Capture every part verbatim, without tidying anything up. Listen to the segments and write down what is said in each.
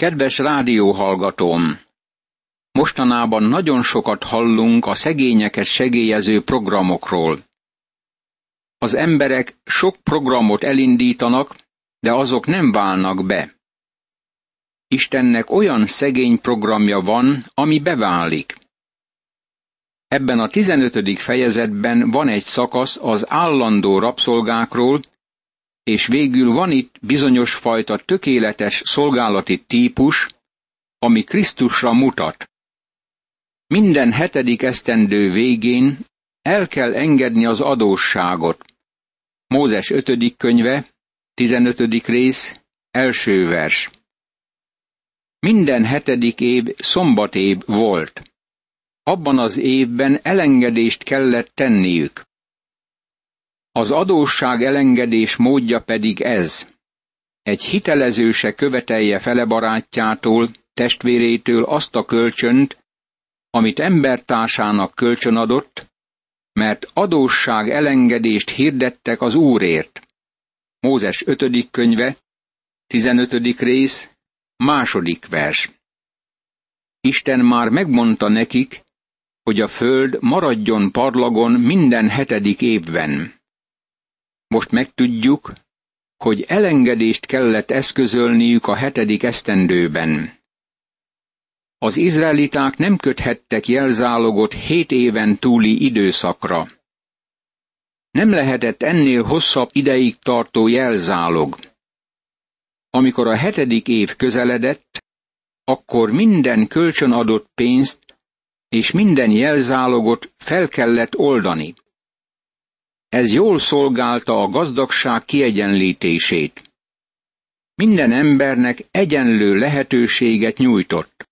Kedves rádióhallgatóm! Mostanában nagyon sokat hallunk a szegényeket segélyező programokról. Az emberek sok programot elindítanak, de azok nem válnak be. Istennek olyan szegény programja van, ami beválik. Ebben a tizenötödik fejezetben van egy szakasz az állandó rabszolgákról, és végül van itt bizonyos fajta tökéletes szolgálati típus, ami Krisztusra mutat. Minden hetedik esztendő végén el kell engedni az adósságot. Mózes ötödik könyve, tizenötödik rész, első vers. Minden hetedik év szombatév volt. Abban az évben elengedést kellett tenniük. Az adósság elengedés módja pedig ez. Egy hitelező se követelje fele barátjától, testvérétől azt a kölcsönt, amit embertársának kölcsönadott, mert adósság elengedést hirdettek az Úrért. Mózes ötödik könyve, tizenötödik rész, második vers. Isten már megmondta nekik, hogy a föld maradjon parlagon minden hetedik évben. Most megtudjuk, hogy elengedést kellett eszközölniük a hetedik esztendőben. Az izraeliták nem köthettek jelzálogot hét éven túli időszakra. Nem lehetett ennél hosszabb ideig tartó jelzálog. Amikor a hetedik év közeledett, akkor minden kölcsönadott pénzt és minden jelzálogot fel kellett oldani. Ez jól szolgálta a gazdagság kiegyenlítését. Minden embernek egyenlő lehetőséget nyújtott.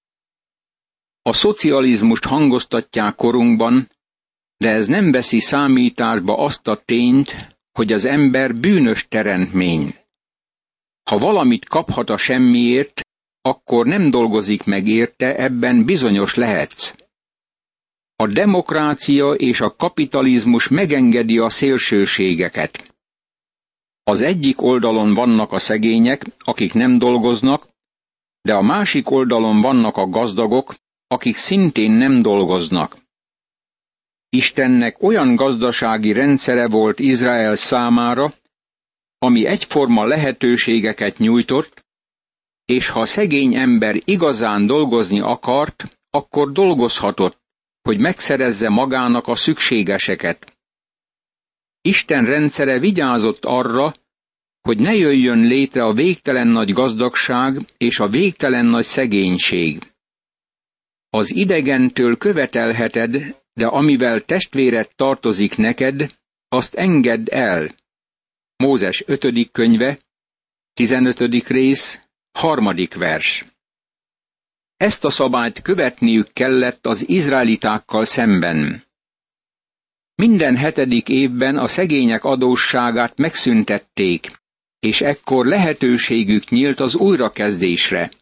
A szocializmust hangoztatják korunkban, de ez nem veszi számításba azt a tényt, hogy az ember bűnös teremtmény. Ha valamit kaphat a semmiért, akkor nem dolgozik meg érte, ebben bizonyos lehetsz. A demokrácia és a kapitalizmus megengedi a szélsőségeket. Az egyik oldalon vannak a szegények, akik nem dolgoznak, de a másik oldalon vannak a gazdagok, akik szintén nem dolgoznak. Istennek olyan gazdasági rendszere volt Izrael számára, ami egyforma lehetőségeket nyújtott, és ha a szegény ember igazán dolgozni akart, akkor dolgozhatott, hogy megszerezze magának a szükségeseket. Isten rendszere vigyázott arra, hogy ne jöjjön létre a végtelen nagy gazdagság és a végtelen nagy szegénység. Az idegentől követelheted, de amivel testvéred tartozik neked, azt engedd el. Mózes ötödik könyve, tizenötödik rész, harmadik vers. Ezt a szabályt követniük kellett az izraelitákkal szemben. Minden hetedik évben a szegények adósságát megszüntették, és ekkor lehetőségük nyílt az újrakezdésre.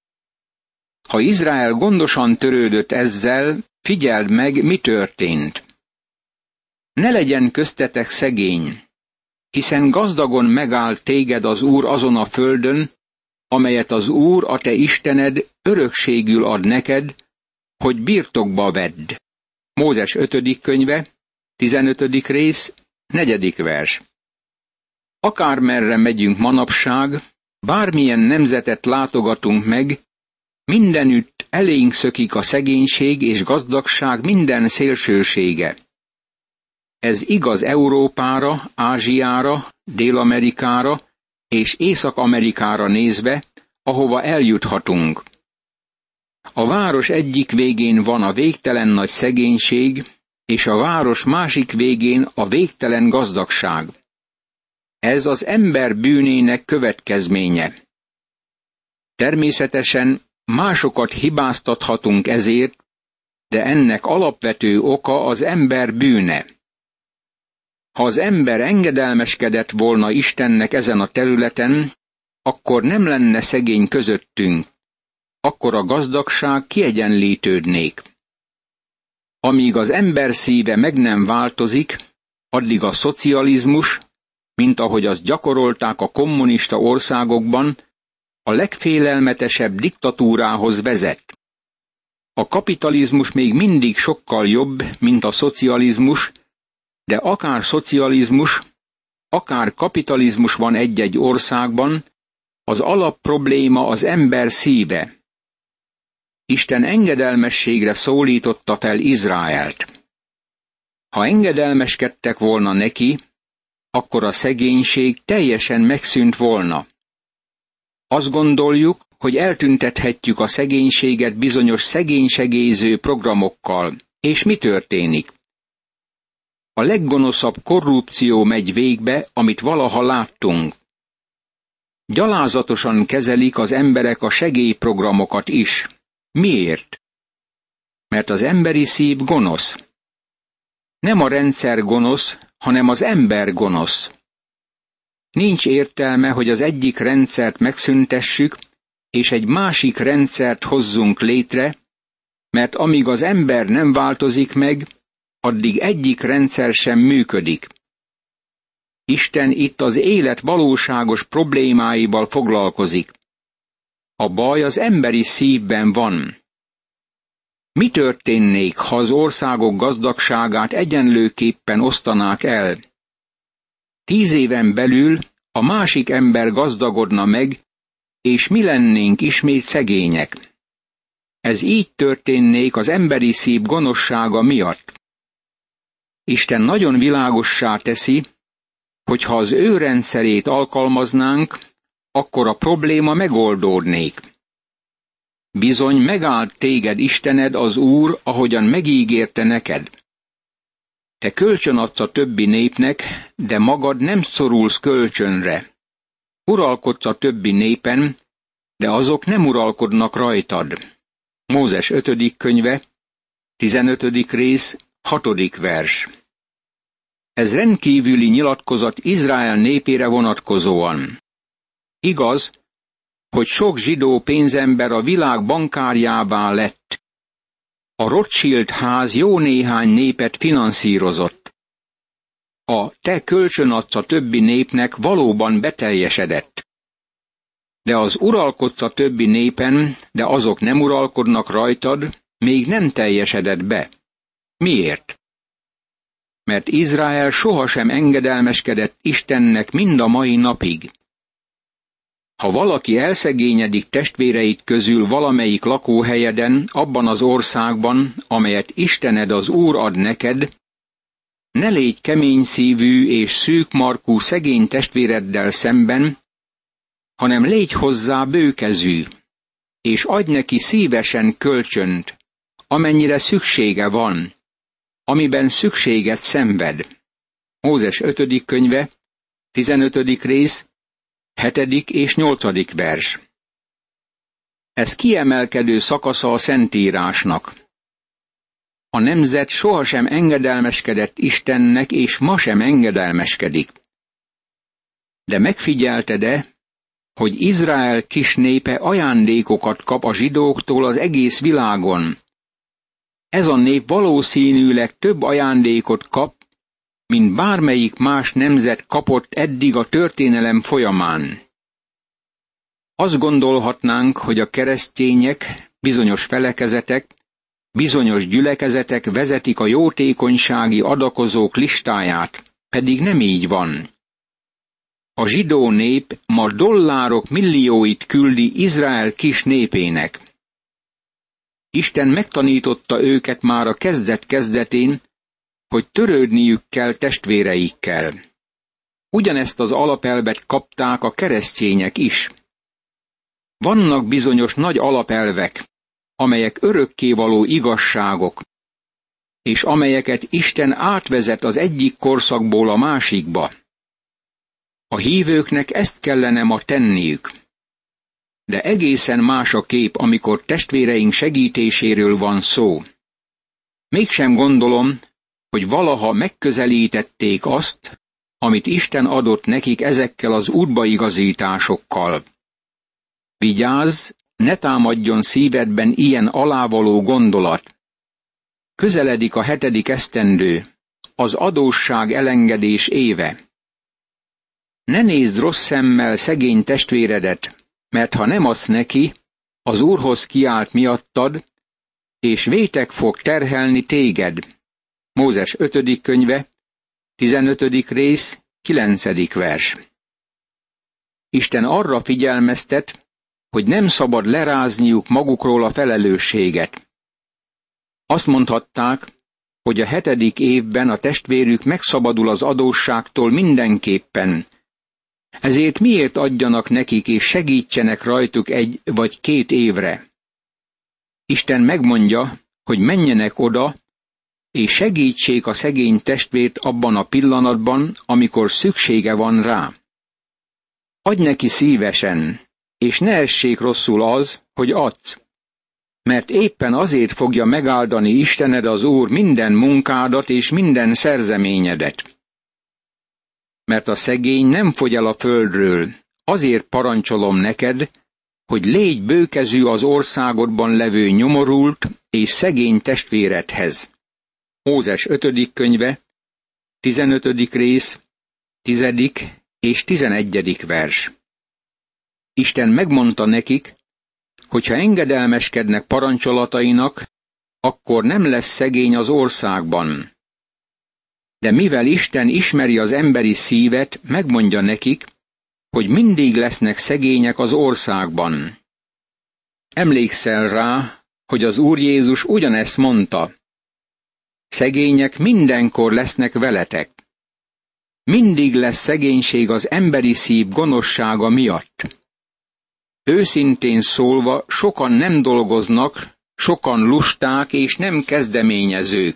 Ha Izrael gondosan törődött ezzel, figyeld meg, mi történt. Ne legyen köztetek szegény, hiszen gazdagon megáll téged az Úr azon a földön, amelyet az Úr, a te Istened örökségül ad neked, hogy birtokba vedd. Mózes ötödik könyve, tizenötödik rész, negyedik vers. Akármerre megyünk manapság, bármilyen nemzetet látogatunk meg, mindenütt elénk szökik a szegénység és gazdagság minden szélsősége. Ez igaz Európára, Ázsiára, Dél-Amerikára és Észak-Amerikára nézve, ahova eljuthatunk. A város egyik végén van a végtelen nagy szegénység, és a város másik végén a végtelen gazdagság. Ez az ember bűnének következménye. Természetesen másokat hibáztathatunk ezért, de ennek alapvető oka az ember bűne. Ha az ember engedelmeskedett volna Istennek ezen a területen, akkor nem lenne szegény közöttünk, akkor a gazdagság kiegyenlítődnék. Amíg az ember szíve meg nem változik, addig a szocializmus, mint ahogy azt gyakorolták a kommunista országokban, a legfélelmetesebb diktatúrához vezet. A kapitalizmus még mindig sokkal jobb, mint a szocializmus, de akár szocializmus, akár kapitalizmus van egy-egy országban, az alapprobléma az ember szíve. Isten engedelmességre szólította fel Izraelt. Ha engedelmeskedtek volna neki, akkor a szegénység teljesen megszűnt volna. Azt gondoljuk, hogy eltüntethetjük a szegénységet bizonyos szegénysegélyző programokkal. És mi történik? A leggonoszabb korrupció megy végbe, amit valaha láttunk. Gyalázatosan kezelik az emberek a segélyprogramokat is. Miért? Mert az emberi szív gonosz. Nem a rendszer gonosz, hanem az ember gonosz. Nincs értelme, hogy az egyik rendszert megszüntessük, és egy másik rendszert hozzunk létre, mert amíg az ember nem változik meg, addig egyik rendszer sem működik. Isten itt az élet valóságos problémáival foglalkozik. A baj az emberi szívben van. Mi történnék, ha az országok gazdagságát egyenlőképpen osztanák el? Tíz éven belül a másik ember gazdagodna meg, és mi lennénk ismét szegények. Ez így történnék az emberi szív gonoszsága miatt. Isten nagyon világossá teszi, hogy ha az ő rendszerét alkalmaznánk, akkor a probléma megoldódnék. Bizony megállt téged Istened az Úr, ahogyan megígérte neked. Te kölcsön adsz a többi népnek, de magad nem szorulsz kölcsönre. Uralkodsz a többi népen, de azok nem uralkodnak rajtad. Mózes ötödik könyve, tizenötödik rész, hatodik vers. Ez rendkívüli nyilatkozat Izrael népére vonatkozóan. Igaz, hogy sok zsidó pénzember a világ bankárjává lett. A Rothschild ház jó néhány népet finanszírozott. A te kölcsönadsz a többi népnek valóban beteljesedett. De az uralkodsz a többi népen, de azok nem uralkodnak rajtad, még nem teljesedett be. Miért? Mert Izrael sohasem engedelmeskedett Istennek mind a mai napig. Ha valaki elszegényedik testvéreit közül valamelyik lakóhelyeden, abban az országban, amelyet Istened az Úr ad neked, ne légy keményszívű és szűkmarkú szegény testvéreddel szemben, hanem légy hozzá bőkezű, és adj neki szívesen kölcsönt, amennyire szüksége van, amiben szükséget szenved. Mózes ötödik könyve, tizenötödik rész, hetedik és nyolcadik vers. Ez kiemelkedő szakasza a Szentírásnak. A nemzet sohasem engedelmeskedett Istennek, és ma sem engedelmeskedik. De megfigyelted-e, hogy Izrael kis népe ajándékokat kap a zsidóktól az egész világon? Ez a nép valószínűleg több ajándékot kap, mint bármelyik más nemzet kapott eddig a történelem folyamán. Azt gondolhatnánk, hogy a keresztények, bizonyos felekezetek, bizonyos gyülekezetek vezetik a jótékonysági adakozók listáját, pedig nem így van. A zsidó nép ma dollárok millióit küldi Izrael kis népének. Isten megtanította őket már a kezdet-kezdetén, hogy törődniük kell testvéreikkel. Ugyanezt az alapelvet kapták a keresztények is. Vannak bizonyos nagy alapelvek, amelyek örökkévaló igazságok, és amelyeket Isten átvezet az egyik korszakból a másikba. A hívőknek ezt kellene ma tenniük. De egészen más a kép, amikor testvéreink segítéséről van szó. Mégsem gondolom, hogy valaha megközelítették azt, amit Isten adott nekik ezekkel az útbaigazításokkal. Vigyázz, ne támadjon szívedben ilyen alávaló gondolat. Közeledik a hetedik esztendő, az adósság elengedés éve. Ne nézd rossz szemmel szegény testvéredet, mert ha nem adsz neki, az Úrhoz kiált miattad, és vétek fog terhelni téged. Mózes ötödik könyve, tizenötödik rész, kilencedik vers. Isten arra figyelmeztet, hogy nem szabad lerázniuk magukról a felelősséget. Azt mondhatták, hogy a hetedik évben a testvérük megszabadul az adósságtól mindenképpen. Ezért miért adjanak nekik és segítsenek rajtuk egy vagy két évre? Isten megmondja, hogy menjenek oda, és segítsék a szegény testvért abban a pillanatban, amikor szüksége van rá. Adj neki szívesen, és ne essék rosszul az, hogy adsz, mert éppen azért fogja megáldani Istened az Úr minden munkádat és minden szerzeményedet. Mert a szegény nem fogy el a földről, azért parancsolom neked, hogy légy bőkezű az országodban levő nyomorult és szegény testvéredhez. Mózes ötödik könyve, tizenötödik rész, tizedik és tizenegyedik vers. Isten megmondta nekik, hogy ha engedelmeskednek parancsolatainak, akkor nem lesz szegény az országban. De mivel Isten ismeri az emberi szívet, megmondja nekik, hogy mindig lesznek szegények az országban. Emlékszel rá, hogy az Úr Jézus ugyanezt mondta. Szegények mindenkor lesznek veletek. Mindig lesz szegénység az emberi szív gonoszsága miatt. Őszintén szólva, sokan nem dolgoznak, sokan lusták és nem kezdeményezők.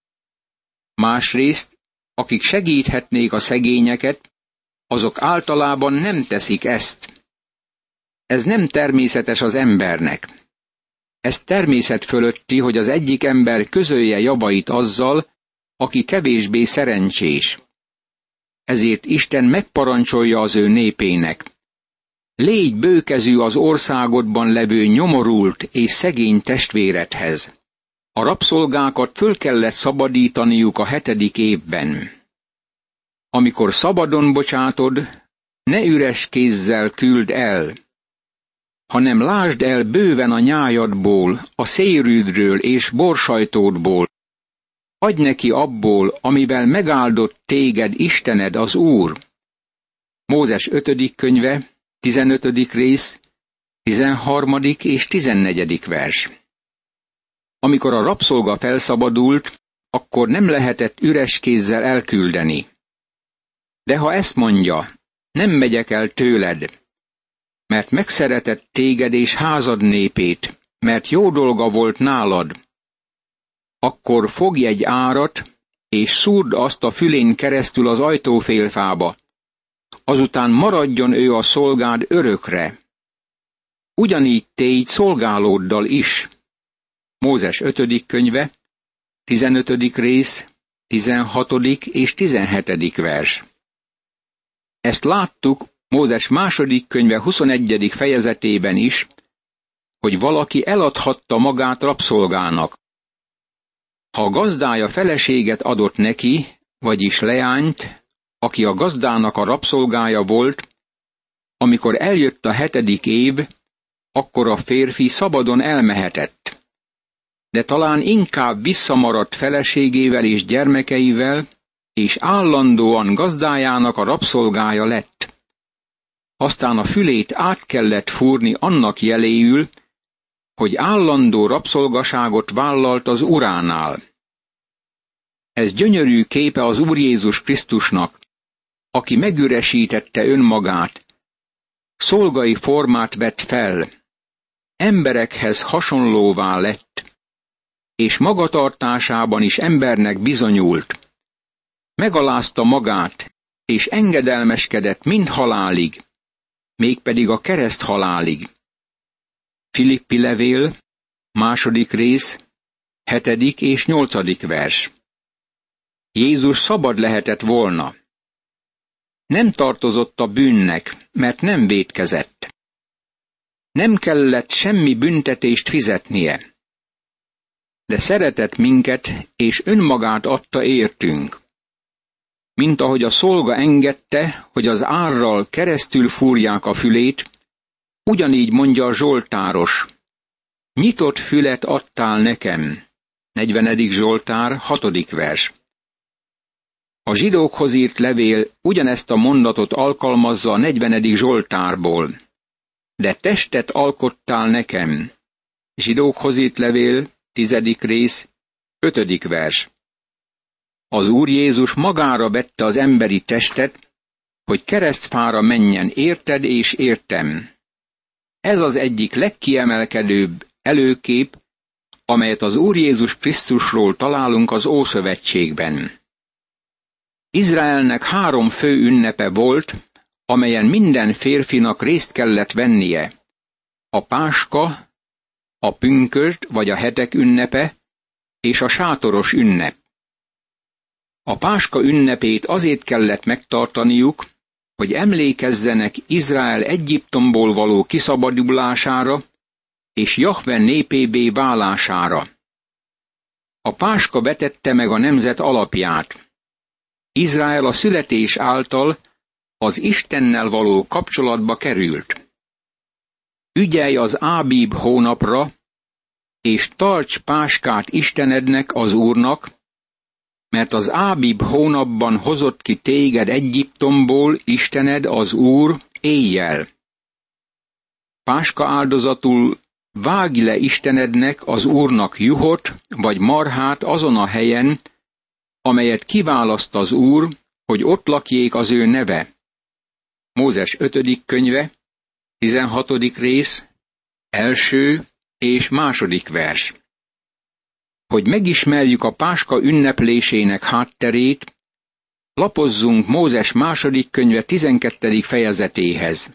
Másrészt, akik segíthetnék a szegényeket, azok általában nem teszik ezt. Ez nem természetes az embernek. Ez természet fölötti, hogy az egyik ember közölje javait azzal, aki kevésbé szerencsés. Ezért Isten megparancsolja az ő népének. Légy bőkezű az országodban levő nyomorult és szegény testvéredhez. A rabszolgákat föl kellett szabadítaniuk a hetedik évben. Amikor szabadon bocsátod, ne üres kézzel küld el, hanem lásd el bőven a nyájadból, a szélrűdről és borsajtódból. Adj neki abból, amivel megáldott téged Istened az Úr. Mózes ötödik könyve, tizenötödik rész, tizenharmadik és tizennegyedik vers. Amikor a rabszolga felszabadult, akkor nem lehetett üres kézzel elküldeni. De ha ezt mondja, nem megyek el tőled, mert megszeretett téged és házad népét, mert jó dolga volt nálad, akkor fogj egy árat, és szúrd azt a fülén keresztül az ajtófélfába, azután maradjon ő a szolgád örökre. Ugyanígy tégy szolgálóddal is. Mózes ötödik könyve, tizenötödik rész, tizenhatodik és tizenhetedik vers. Ezt láttuk Mózes második könyve huszonegyedik fejezetében is, hogy valaki eladhatta magát rabszolgának. Ha a gazdája feleséget adott neki, vagyis leányt, aki a gazdának a rabszolgája volt, amikor eljött a hetedik év, akkor a férfi szabadon elmehetett. De talán inkább visszamaradt feleségével és gyermekeivel, és állandóan gazdájának a rabszolgája lett. Aztán a fülét át kellett fúrni annak jeléül, hogy állandó rabszolgaságot vállalt az uránál. Ez gyönyörű képe az Úr Jézus Krisztusnak, aki megüresítette önmagát, szolgai formát vett fel, emberekhez hasonlóvá lett, és magatartásában is embernek bizonyult. Megalázta magát, és engedelmeskedett mind halálig, mégpedig a kereszt halálig. Filippi levél, második rész, hetedik és nyolcadik vers. Jézus szabad lehetett volna. Nem tartozott a bűnnek, mert nem vétkezett. Nem kellett semmi büntetést fizetnie. De szeretett minket, és önmagát adta értünk. Mint ahogy a szolga engedte, hogy az árral keresztül fúrják a fülét, ugyanígy mondja a zsoltáros: nyitott fület adtál nekem. negyvenedik Zsoltár, hatodik vers. A zsidókhoz írt levél ugyanezt a mondatot alkalmazza a negyvenedik Zsoltárból. De testet alkottál nekem. Zsidókhoz írt levél, tizedik rész, ötödik vers. Az Úr Jézus magára vette az emberi testet, hogy keresztfára menjen érted és értem. Ez az egyik legkiemelkedőbb előkép, amelyet az Úr Jézus Krisztusról találunk az Ószövetségben. Izraelnek három fő ünnepe volt, amelyen minden férfinak részt kellett vennie: a Páska, a pünkösd vagy a hetek ünnepe és a sátoros ünnep. A Páska ünnepét azért kellett megtartaniuk, hogy emlékezzenek Izrael Egyiptomból való kiszabadulására és Jahve népévé válására. A Páska vetette meg a nemzet alapját. Izrael a születés által az Istennel való kapcsolatba került. Ügyelj az Ábíb hónapra, és tarts páskát Istenednek, az Úrnak, mert az Ábíb hónapban hozott ki téged Egyiptomból Istened, az Úr, éjjel. Páska áldozatul vágj le Istenednek, az Úrnak juhot vagy marhát azon a helyen, amelyet kiválaszt az Úr, hogy ott lakjék az ő neve. Mózes ötödik könyve, tizenhatodik rész, első és második vers. Hogy megismerjük a Páska ünneplésének hátterét, lapozzunk Mózes második könyve tizenkettedik fejezetéhez.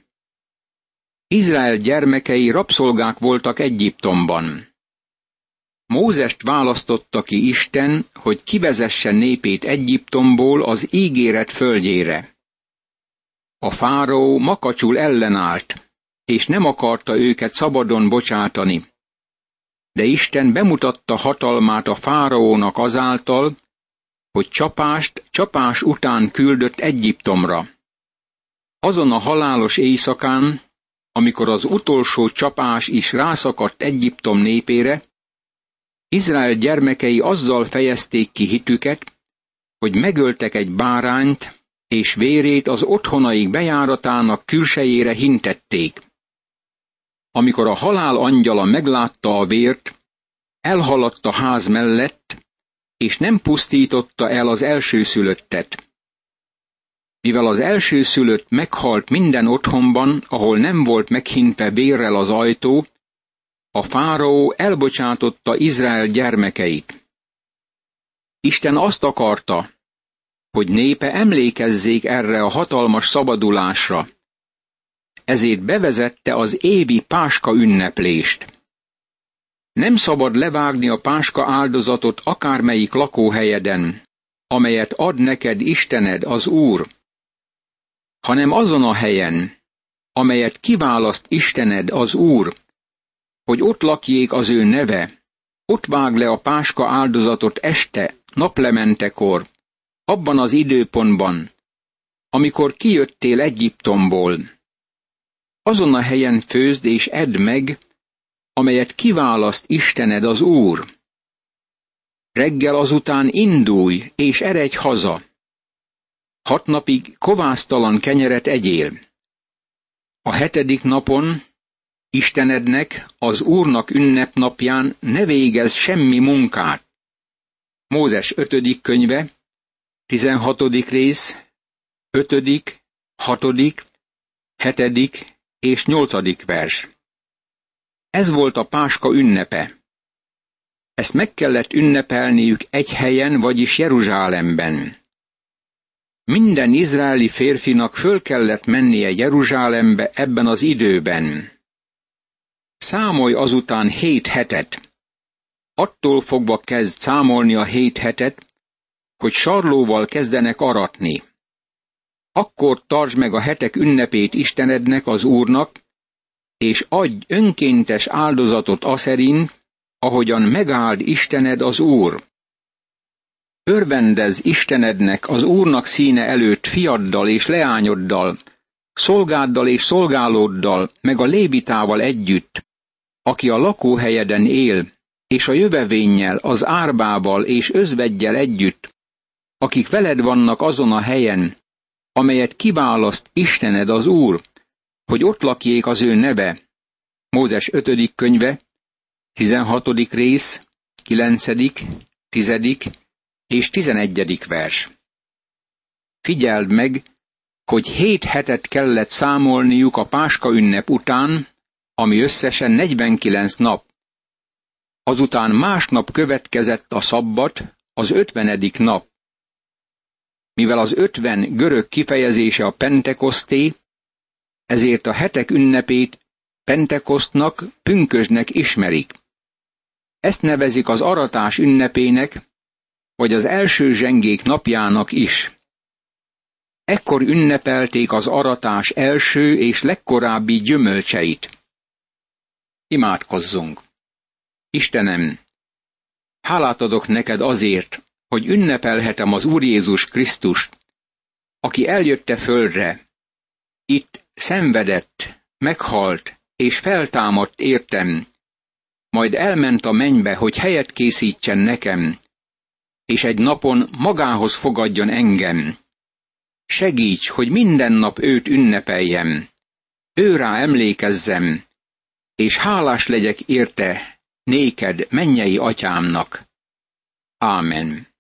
Izrael gyermekei rabszolgák voltak Egyiptomban. Mózest választotta ki Isten, hogy kivezesse népét Egyiptomból az ígéret földjére. A fáraó makacsul ellenállt, és nem akarta őket szabadon bocsátani. De Isten bemutatta hatalmát a fáraónak azáltal, hogy csapást csapás után küldött Egyiptomra. Azon a halálos éjszakán, amikor az utolsó csapás is rászakadt Egyiptom népére, Izrael gyermekei azzal fejezték ki hitüket, hogy megöltek egy bárányt, és vérét az otthonaik bejáratának külsejére hintették. Amikor a halál angyala meglátta a vért, elhaladt a ház mellett, és nem pusztította el az elsőszülöttet. Mivel az elsőszülött meghalt minden otthonban, ahol nem volt meghintve vérrel az ajtó, a fáraó elbocsátotta Izrael gyermekeit. Isten azt akarta, hogy népe emlékezzék erre a hatalmas szabadulásra. Ezért bevezette az évi Páska ünneplést. Nem szabad levágni a Páska áldozatot akármelyik lakóhelyeden, amelyet ad neked Istened, az Úr, hanem azon a helyen, amelyet kiválaszt Istened, az Úr, hogy ott lakjék az ő neve, ott vág le a Páska áldozatot este, naplementekor, abban az időpontban, amikor kijöttél Egyiptomból. Azon a helyen főzd és edd meg, amelyet kiválaszt Istened, az Úr. Reggel azután indulj, és eredj haza. Hat napig kovásztalan kenyeret egyél. A hetedik napon Istenednek, az Úrnak ünnepnapján ne végezz semmi munkát. Mózes ötödik könyve, tizenhatodik rész, ötödik, hatodik, hetedik és nyolcadik vers. Ez volt a Páska ünnepe. Ezt meg kellett ünnepelniük egy helyen, vagyis Jeruzsálemben. Minden izraeli férfinak föl kellett mennie Jeruzsálembe ebben az időben. Számolj azután hét hetet. Attól fogva kezd számolni a hét hetet, hogy sarlóval kezdenek aratni. Akkor tartsd meg a hetek ünnepét Istenednek, az Úrnak, és adj önkéntes áldozatot aszerint, ahogyan megáld Istened, az Úr. Örvendezz Istenednek, az Úrnak színe előtt fiaddal és leányoddal, szolgáddal és szolgálóddal, meg a lévitával együtt, aki a lakóhelyeden él, és a jövevénnyel, az árbával és özveggyel együtt, akik veled vannak azon a helyen, amelyet kiválaszt Istened az Úr, hogy ott lakjék az ő neve. Mózes ötödik könyve, tizenhatodik rész, kilencedik, tizedik és tizenegyedik vers. Figyeld meg, hogy hét hetet kellett számolniuk a Páska ünnep után, ami összesen negyvenkilenc nap. Azután másnap következett a szabbat, az ötvenedik nap. Mivel az ötven görög kifejezése a Pentekoszté, ezért a hetek ünnepét Pentekosztnak, pünkösdnek ismerik. Ezt nevezik az aratás ünnepének, vagy az első zsengék napjának is. Ekkor ünnepelték az aratás első és legkorábbi gyümölcseit. Imádkozzunk! Istenem, hálát adok neked azért, hogy ünnepelhetem az Úr Jézus Krisztust, aki eljött földre, itt szenvedett, meghalt és feltámadt értem, majd elment a mennybe, hogy helyet készítsen nekem, és egy napon magához fogadjon engem. Segíts, hogy minden nap őt ünnepeljem, őrá emlékezzem, és hálás legyek érte néked, mennyei atyámnak. Ámen.